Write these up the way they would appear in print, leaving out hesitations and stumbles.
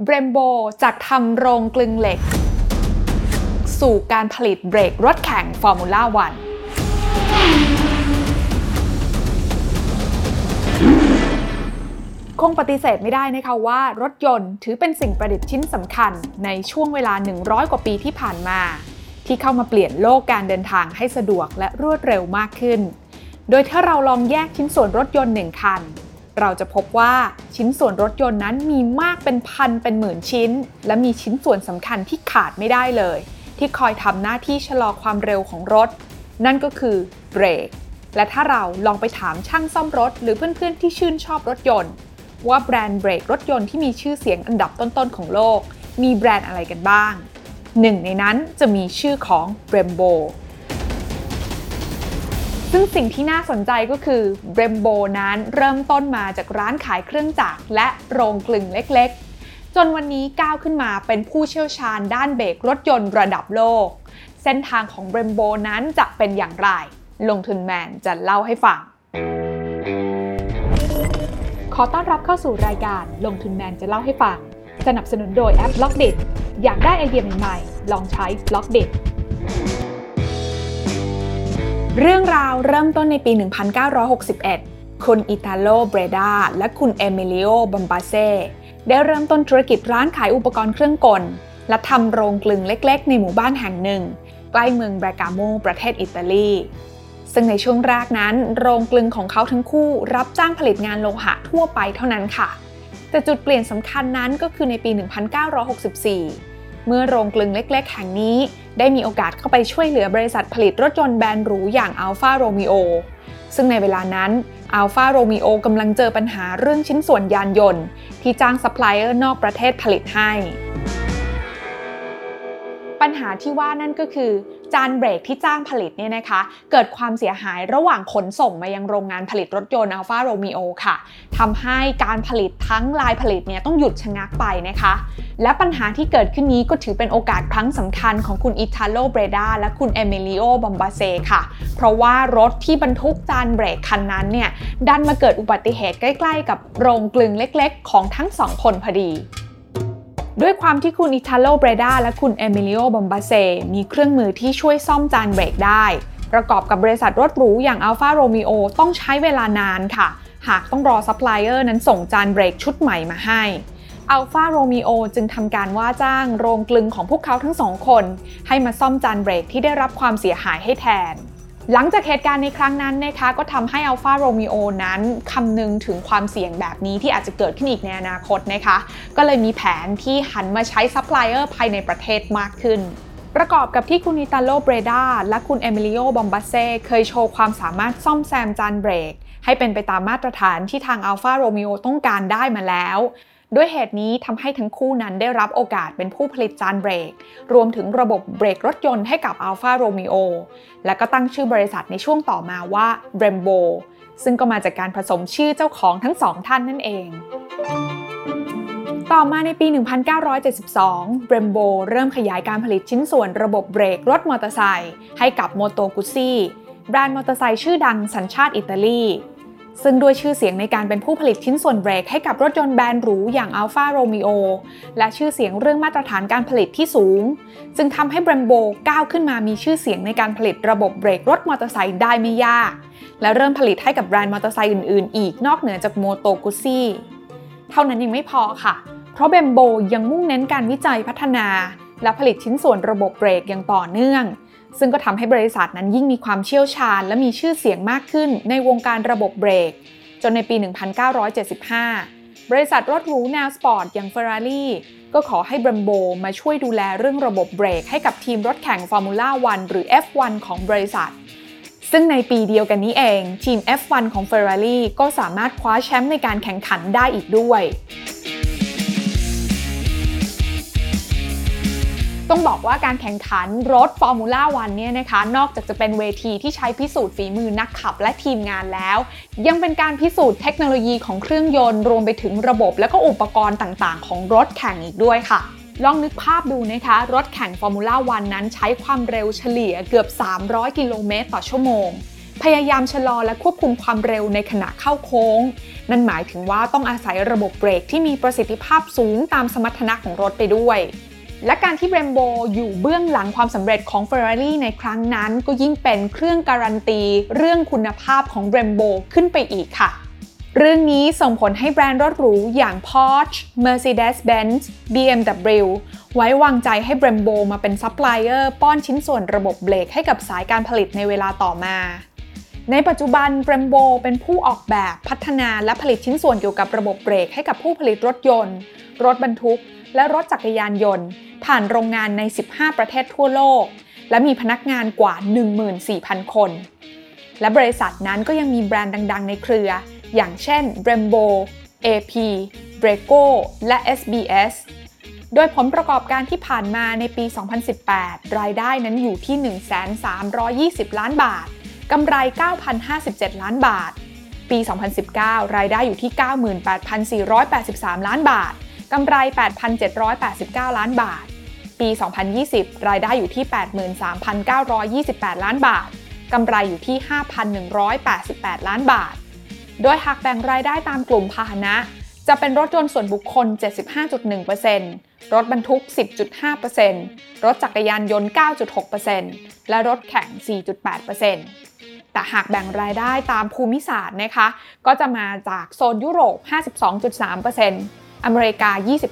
Brembo จากทำโรงกลึงเหล็กสู่การผลิตเบรกรถแข่งฟอร์มูล่าวันคงปฏิเสธไม่ได้นะคะว่ารถยนต์ถือเป็นสิ่งประดิษฐ์ชิ้นสำคัญในช่วงเวลา100กว่าปีที่ผ่านมาที่เข้ามาเปลี่ยนโลกการเดินทางให้สะดวกและรวดเร็วมากขึ้นโดยถ้าเราลองแยกชิ้นส่วนรถยนต์1คันเราจะพบว่าชิ้นส่วนรถยนต์นั้นมีมากเป็นพันเป็นหมื่นชิ้นและมีชิ้นส่วนสำคัญที่ขาดไม่ได้เลยที่คอยทำหน้าที่ชะลอความเร็วของรถนั่นก็คือเบรกและถ้าเราลองไปถามช่างซ่อมรถหรือเพื่อนๆที่ชื่นชอบรถยนต์ว่าแบรนด์เบรกรถยนต์ที่มีชื่อเสียงอันดับต้นๆของโลกมีแบรนด์อะไรกันบ้างหนึ่งในนั้นจะมีชื่อของ Brembo ซึ่งสิ่งที่น่าสนใจก็คือ Brembo นั้นเริ่มต้นมาจากร้านขายเครื่องจักรและโรงกลึงเล็กๆจนวันนี้ก้าวขึ้นมาเป็นผู้เชี่ยวชาญด้านเบรกรถยนต์ระดับโลกเส้นทางของ Brembo นั้นจะเป็นอย่างไรลงทุนแมนจะเล่าให้ฟังขอต้อนรับเข้าสู่รายการลงทุนแมนจะเล่าให้ฟังสนับสนุนโดยแอป Blockdit อยากได้ไอเดียใหม่ๆลองใช้ Blockdit เรื่องราวเริ่มต้นในปี 1961 คุณอิตาโล เบรดาและคุณเอมิลิโอ บัมบาเซ่ได้เริ่มต้นธุรกิจร้านขายอุปกรณ์เครื่องกลและทำโรงกลึงเล็กๆในหมู่บ้านแห่งหนึ่งใกล้เมืองบรากาโมประเทศอิตาลีซึ่งในช่วงแรกนั้นโรงกลึงของเขาทั้งคู่รับจ้างผลิตงานโลหะทั่วไปเท่านั้นค่ะแต่จุดเปลี่ยนสำคัญนั้นก็คือในปี 1964 เมื่อโรงกลึงเล็กๆแห่งนี้ได้มีโอกาสเข้าไปช่วยเหลือบริษัทผลิตรถยนต์แบรนด์หรูอย่าง Alfa Romeo ซึ่งในเวลานั้น Alfa Romeo กำลังเจอปัญหาเรื่องชิ้นส่วนยานยนต์ที่จ้างซัพพลายเออร์นอกประเทศผลิตให้ปัญหาที่ว่านั่นก็คือจานเบรกที่จ้างผลิตเนี่ยนะคะเกิดความเสียหายระหว่างขนส่งมายังโรงงานผลิตรถยนต์ Alfa Romeo ค่ะทำให้การผลิตทั้งลายผลิตเนี่ยต้องหยุดชะงักไปนะคะและปัญหาที่เกิดขึ้นนี้ก็ถือเป็นโอกาสครั้งสำคัญของคุณอิตาโล เบรดาและคุณเอมิลิโอ บัมบาเซ่ค่ะเพราะว่ารถที่บรรทุกจานเบรกคันนั้นเนี่ยดันมาเกิดอุบัติเหตุใกล้ๆกับโรงกลึงเล็กๆของทั้งสองคนพอดีด้วยความที่คุณอิตาโล เบรดาและคุณเอมิลิโอ บัมบาเซ่มีเครื่องมือที่ช่วยซ่อมจานเบรกได้ประกอบกับบริษัทรถหรูอย่าง Alfa Romeo ต้องใช้เวลานานค่ะหากต้องรอซัพพลายเออร์นั้นส่งจานเบรกชุดใหม่มาให้ Alfa Romeo จึงทำการว่าจ้างโรงกลึงของพวกเขาทั้งสองคนให้มาซ่อมจานเบรกที่ได้รับความเสียหายให้แทนหลังจากเหตุการณ์ในครั้งนั้นนะคะก็ทำให้ Alfa Romeo นั้นคำนึงถึงความเสี่ยงแบบนี้ที่อาจจะเกิดขึ้นอีกในอนาคตนะคะก็เลยมีแผนที่หันมาใช้ซัพพลายเออร์ภายในประเทศมากขึ้นประกอบกับที่คุณอิตาโล เบรดาและคุณเอมิลิโอ บัมบาเซ่เคยโชว์ความสามารถซ่อมแซมจานเบรกให้เป็นไปตามมาตรฐานที่ทาง Alfa Romeo ต้องการได้มาแล้วด้วยเหตุนี้ทำให้ทั้งคู่นั้นได้รับโอกาสเป็นผู้ผลิตจานเบรกรวมถึงระบบเบรกรถยนต์ให้กับ Alfa Romeo และก็ตั้งชื่อบริษัทในช่วงต่อมาว่า Brembo ซึ่งก็มาจากการผสมชื่อเจ้าของทั้งสองท่านนั่นเองต่อมาในปี 1972 Brembo เริ่มขยายการผลิตชิ้นส่วนระบบเบรกรถมอเตอร์ไซค์ให้กับ Moto Guzzi แบรนด์มอเตอร์ไซค์ชื่อดังสัญชาติอิตาลีซึ่งด้วยชื่อเสียงในการเป็นผู้ผลิตชิ้นส่วนเบรกให้กับรถยนต์แบรนด์หรูอย่าง Alfa Romeo และชื่อเสียงเรื่องมาตรฐานการผลิตที่สูงจึงทำให้ Brembo ก้าวขึ้นมามีชื่อเสียงในการผลิตระบบเบรกรถมอเตอร์ไซค์ได้ไม่ยากและเริ่มผลิตให้กับแบรนด์มอเตอร์ไซค์อื่นๆอีกนอกเหนือจาก Moto Guzzi เท่านั้นยังไม่พอค่ะเพราะ Brembo ยังมุ่งเน้นการวิจัยพัฒนาและผลิตชิ้นส่วนระบบเบรกอย่างต่อเนื่องซึ่งก็ทำให้บริษัทนั้นยิ่งมีความเชี่ยวชาญและมีชื่อเสียงมากขึ้นในวงการระบบเบรกจนในปี 1975 บริษัทรถหรูแนวสปอร์ตอย่าง Ferrari ก็ขอให้ Brembo มาช่วยดูแลเรื่องระบบเบรกให้กับทีมรถแข่ง Formula 1 หรือ F1 ของบริษัทซึ่งในปีเดียวกันนี้เองทีม F1 ของ Ferrari ก็สามารถคว้าแชมป์ในการแข่งขันได้อีกด้วยต้องบอกว่าการแข่งขันรถฟอร์มูล่าวันเนี่ยนะคะนอกจากจะเป็นเวทีที่ใช้พิสูจน์ฝีมือนักขับและทีมงานแล้วยังเป็นการพิสูจน์เทคโนโลยีของเครื่องยนต์รวมไปถึงระบบและก็อุปกรณ์ต่างๆของรถแข่งอีกด้วยค่ะลองนึกภาพดูนะคะรถแข่งฟอร์มูล่าวันนั้นใช้ความเร็วเฉลี่ยเกือบ300 กิโลเมตรต่อชั่วโมงพยายามชะลอและควบคุมความเร็วในขณะเข้าโค้งนั่นหมายถึงว่าต้องอาศัยระบบเบรกที่มีประสิทธิภาพสูงตามสมรรถนะของรถไปด้วยและการที่ Brembo อยู่เบื้องหลังความสำเร็จของ Ferrari ในครั้งนั้นก็ยิ่งเป็นเครื่องการันตีเรื่องคุณภาพของ Brembo ขึ้นไปอีกค่ะเรื่องนี้ส่งผลให้แบรนด์รถหรูอย่าง Porsche, Mercedes-Benz, BMW ไว้วางใจให้ Brembo มาเป็นซัพพลายเออร์ป้อนชิ้นส่วนระบบเบรกให้กับสายการผลิตในเวลาต่อมาในปัจจุบัน Brembo เป็นผู้ออกแบบพัฒนาและผลิตชิ้นส่วนเกี่ยวกับระบบเบรกให้กับผู้ผลิตรถยนต์รถบรรทุกและรถจักรยานยนต์ผ่านโรงงานใน15ประเทศทั่วโลกและมีพนักงานกว่า 14,000 คนและบริษัทนั้นก็ยังมีแบรนด์ดังๆในเครืออย่างเช่น Brembo, AP, Brembo และ SBS โดยผลประกอบการที่ผ่านมาในปี 2018 รายได้นั้นอยู่ที่ 1,320 ล้านบาทกำไร 9,057 ล้านบาทปี 2019 รายได้อยู่ที่ 98,483 ล้านบาทกำไร 8,789 ล้านบาทปี 2020 รายได้อยู่ที่ 83,928 ล้านบาทกำไรอยู่ที่ 5,188 ล้านบาทโดยหากแบ่งรายได้ตามกลุ่มพาหนะจะเป็นรถยนต์ส่วนบุคคล 75.1% รถบรรทุก 10.5% รถจักรยานยนต์ 9.6% และรถแข่ง 4.8%แต่หากแบ่งรายได้ตามภูมิศาสตร์นะคะก็จะมาจากโซนยุโรป 52.3%อเมริกา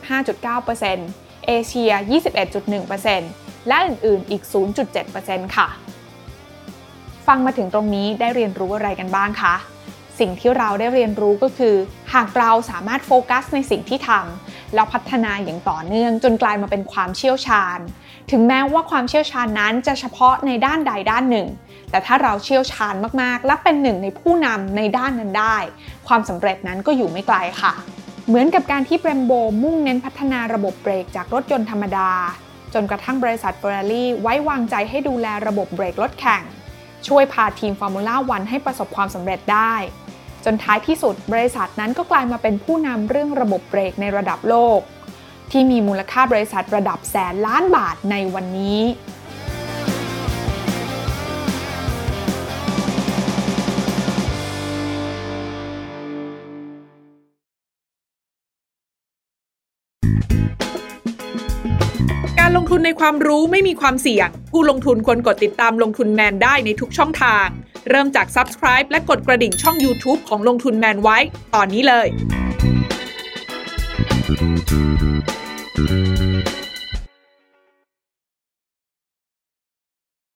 25.9% เอเชีย 21.1% และอื่นๆอีก 0.7% ค่ะฟังมาถึงตรงนี้ได้เรียนรู้อะไรกันบ้างคะสิ่งที่เราได้เรียนรู้ก็คือหากเราสามารถโฟกัสในสิ่งที่ทำแล้วพัฒนาอย่างต่อเนื่องจนกลายมาเป็นความเชี่ยวชาญถึงแม้ว่าความเชี่ยวชาญนั้นจะเฉพาะในด้านใดด้านหนึ่งแต่ถ้าเราเชี่ยวชาญมากๆและเป็นหนึ่งในผู้นำในด้านนั้นได้ความสำเร็จนั้นก็อยู่ไม่ไกลค่ะเหมือนกับการที่ Brembo มุ่งเน้นพัฒนาระบบเบรกจากรถยนต์ธรรมดาจนกระทั่งบริษัท Ferrari ไว้วางใจให้ดูแลระบบเบรกรถแข่งช่วยพาทีม Formula 1 ให้ประสบความสำเร็จได้จนท้ายที่สุดบริษัทนั้นก็กลายมาเป็นผู้นำเรื่องระบบเบรกในระดับโลกที่มีมูลค่าบริษัทระดับแสนล้านบาทในวันนี้การลงทุนในความรู้ไม่มีความเสี่ยงผู้ลงทุนควรกดติดตามลงทุนแมนได้ในทุกช่องทางเริ่มจาก Subscribe และกดกระดิ่งช่อง YouTube ของลงทุนแมนไว้ตอนนี้เลย